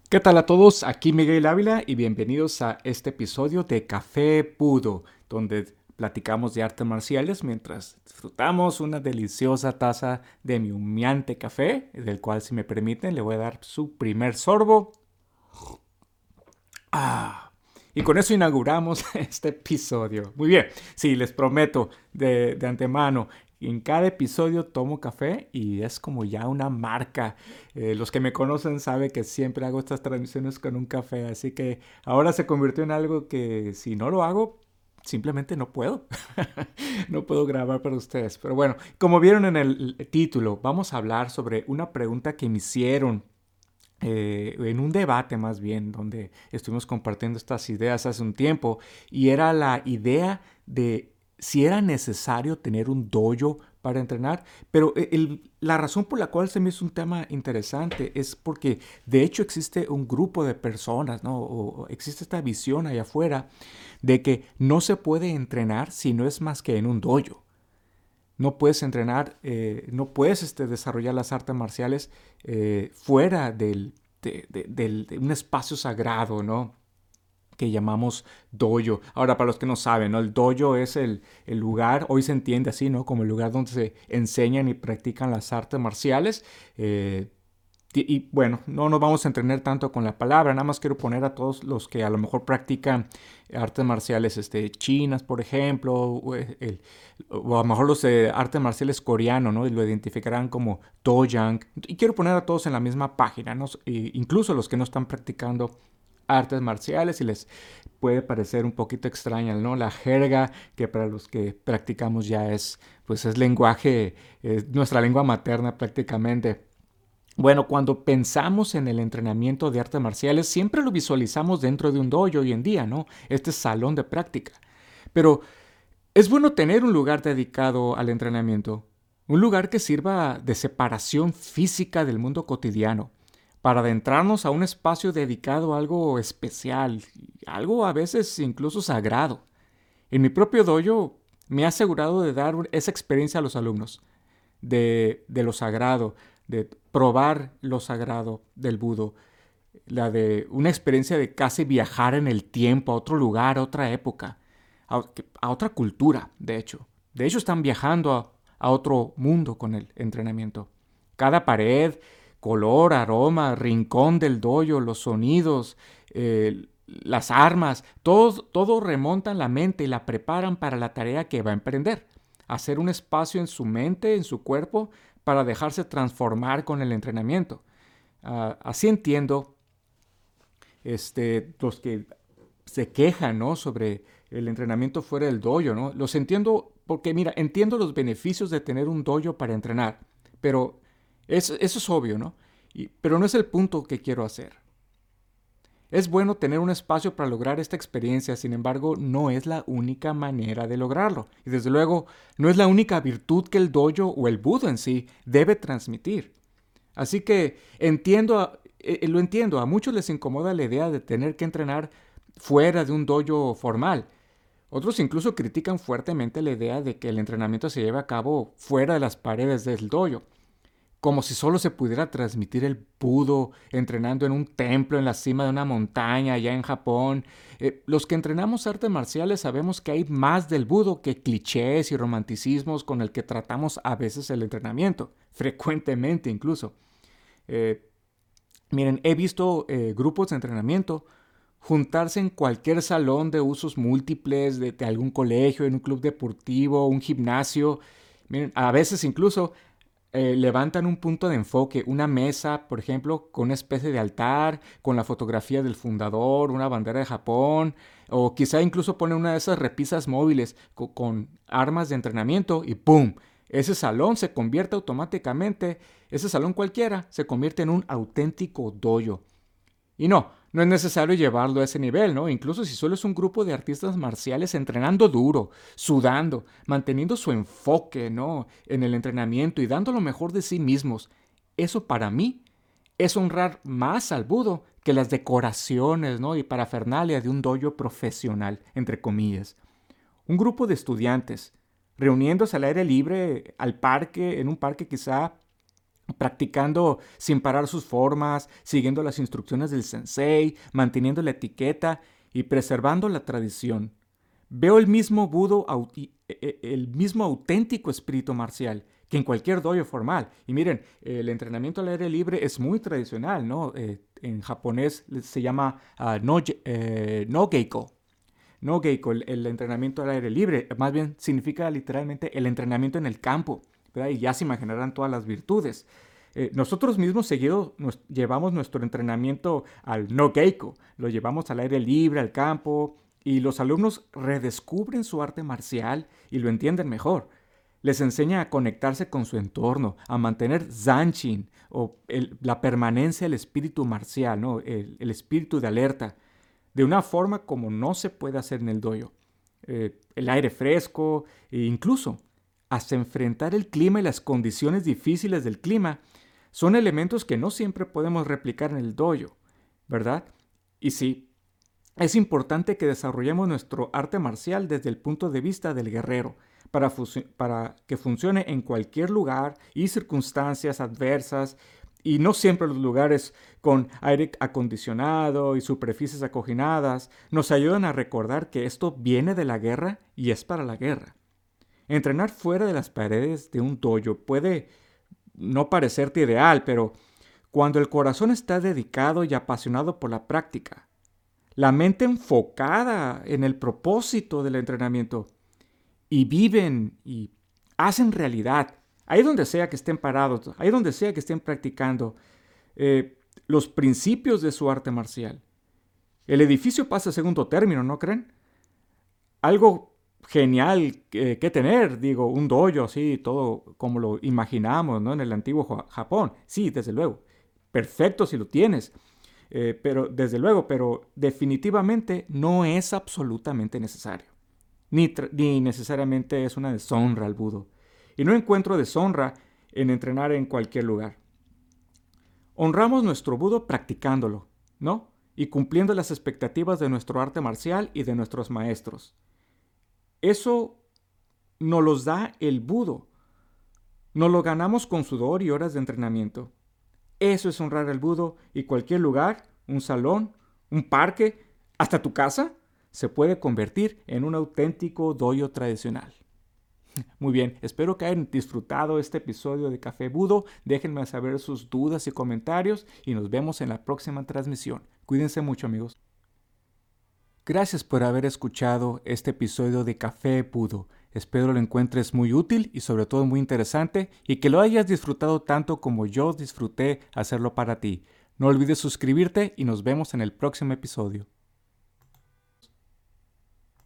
¿Qué tal a todos? Aquí Miguel Ávila y bienvenidos a este episodio de Café Pudo, donde platicamos de artes marciales mientras disfrutamos una deliciosa taza de mi humeante café, del cual, si me permiten, le voy a dar su primer sorbo. Ah, y con eso inauguramos este episodio. Muy bien, sí, les prometo de antemano, en cada episodio tomo café y es como ya una marca. Los que me conocen saben que siempre hago estas transmisiones con un café, así que ahora se convirtió en algo que si no lo hago, simplemente no puedo. No puedo grabar para ustedes. Pero bueno, como vieron en el título, vamos a hablar sobre una pregunta que me hicieron en un debate más bien, donde estuvimos compartiendo estas ideas hace un tiempo, y era la idea de si era necesario tener un dojo para entrenar, pero la razón por la cual se me hizo un tema interesante es porque de hecho existe un grupo de personas, ¿no? O existe esta visión allá afuera de que no se puede entrenar si no es más que en un dojo. No puedes entrenar, no puedes desarrollar las artes marciales fuera de un espacio sagrado, ¿no? Que llamamos dojo. Ahora, para los que no saben, ¿no? El dojo es el lugar, hoy se entiende así, ¿no? Como el lugar donde se enseñan y practican las artes marciales. Y bueno, no nos vamos a entretener tanto con la palabra, nada más quiero poner a todos los que a lo mejor practican artes marciales chinas, por ejemplo, o a lo mejor los de artes marciales coreanos, ¿no? Y lo identificarán como Dojang. Y quiero poner a todos en la misma página, ¿no? Incluso los que no están practicando artes marciales y les puede parecer un poquito extraña, ¿no? La jerga que para los que practicamos ya es, pues es lenguaje, es nuestra lengua materna prácticamente. Bueno, cuando pensamos en el entrenamiento de artes marciales, siempre lo visualizamos dentro de un dojo hoy en día, ¿no? Este salón de práctica. Pero es bueno tener un lugar dedicado al entrenamiento, un lugar que sirva de separación física del mundo cotidiano, para adentrarnos a un espacio dedicado a algo especial, algo a veces incluso sagrado. En mi propio dojo me he asegurado de dar esa experiencia a los alumnos de lo sagrado, de probar lo sagrado del budo, la de una experiencia de casi viajar en el tiempo a otro lugar, a otra época, a otra cultura, de hecho. De hecho, están viajando a otro mundo con el entrenamiento. Cada pared, color, aroma, rincón del dojo, los sonidos, las armas, todo remontan la mente y la preparan para la tarea que va a emprender. Hacer un espacio en su mente, en su cuerpo, para dejarse transformar con el entrenamiento. Así entiendo los que se quejan, ¿no? Sobre el entrenamiento fuera del dojo, ¿no? Los entiendo porque, mira, entiendo los beneficios de tener un dojo para entrenar, pero eso es obvio, ¿no? Pero no es el punto que quiero hacer. Es bueno tener un espacio para lograr esta experiencia, sin embargo, no es la única manera de lograrlo. Y desde luego, no es la única virtud que el dojo o el budo en sí debe transmitir. Así que lo entiendo, a muchos les incomoda la idea de tener que entrenar fuera de un dojo formal. Otros incluso critican fuertemente la idea de que el entrenamiento se lleve a cabo fuera de las paredes del dojo, como si solo se pudiera transmitir el budo entrenando en un templo en la cima de una montaña allá en Japón. Los que entrenamos artes marciales sabemos que hay más del budo que clichés y romanticismos con el que tratamos a veces el entrenamiento, frecuentemente incluso. Eh, Miren, he visto grupos de entrenamiento juntarse en cualquier salón de usos múltiples de algún colegio, en un club deportivo, un gimnasio. Miren, a veces incluso levantan un punto de enfoque, una mesa, por ejemplo, con una especie de altar, con la fotografía del fundador, una bandera de Japón, o quizá incluso ponen una de esas repisas móviles con armas de entrenamiento y ¡pum! Ese salón se convierte automáticamente, ese salón cualquiera, se convierte en un auténtico dojo. Y no es necesario llevarlo a ese nivel, ¿no? Incluso si solo es un grupo de artistas marciales entrenando duro, sudando, manteniendo su enfoque, ¿no? En el entrenamiento y dando lo mejor de sí mismos. Eso para mí es honrar más al budo que las decoraciones, ¿no? Y parafernalia de un dojo profesional, entre comillas. Un grupo de estudiantes reuniéndose al aire libre, al parque, en un parque quizá, practicando sin parar sus formas, siguiendo las instrucciones del sensei, manteniendo la etiqueta y preservando la tradición. Veo el mismo auténtico espíritu marcial que en cualquier dojo formal. Y miren, el entrenamiento al aire libre es muy tradicional, ¿no? En japonés se llama no geiko. No geiko, el entrenamiento al aire libre. Más bien significa literalmente el entrenamiento en el campo, ¿verdad? Y ya se imaginarán todas las virtudes. Nosotros mismos seguido llevamos nuestro entrenamiento al no geiko. Lo llevamos al aire libre, al campo, y los alumnos redescubren su arte marcial y lo entienden mejor. Les enseña a conectarse con su entorno, a mantener zanshin o la permanencia del espíritu marcial, ¿no? El espíritu de alerta, de una forma como no se puede hacer en el dojo. El aire fresco e incluso hasta enfrentar el clima y las condiciones difíciles del clima son elementos que no siempre podemos replicar en el dojo, ¿verdad? Y sí, es importante que desarrollemos nuestro arte marcial desde el punto de vista del guerrero, para que funcione en cualquier lugar y circunstancias adversas, y no siempre los lugares con aire acondicionado y superficies acoginadas nos ayudan a recordar que esto viene de la guerra y es para la guerra. Entrenar fuera de las paredes de un dojo puede no parecerte ideal, pero cuando el corazón está dedicado y apasionado por la práctica, la mente enfocada en el propósito del entrenamiento, y viven y hacen realidad, ahí donde sea que estén parados, ahí donde sea que estén practicando los principios de su arte marcial, el edificio pasa a segundo término, ¿no creen? Algo genial que tener, digo, un dojo así, todo como lo imaginamos, ¿no? En el antiguo Japón, sí, desde luego, perfecto si lo tienes, pero desde luego, pero definitivamente no es absolutamente necesario. Ni necesariamente es una deshonra al budo. Y no encuentro deshonra en entrenar en cualquier lugar. Honramos nuestro budo practicándolo, ¿no? Y cumpliendo las expectativas de nuestro arte marcial y de nuestros maestros. Eso nos los da el budo. Nos lo ganamos con sudor y horas de entrenamiento. Eso es honrar al budo, y cualquier lugar, un salón, un parque, hasta tu casa, se puede convertir en un auténtico dojo tradicional. Muy bien, espero que hayan disfrutado este episodio de Café Budo. Déjenme saber sus dudas y comentarios y nos vemos en la próxima transmisión. Cuídense mucho, amigos. Gracias por haber escuchado este episodio de Café Budo. Espero lo encuentres muy útil y sobre todo muy interesante, y que lo hayas disfrutado tanto como yo disfruté hacerlo para ti. No olvides suscribirte y nos vemos en el próximo episodio.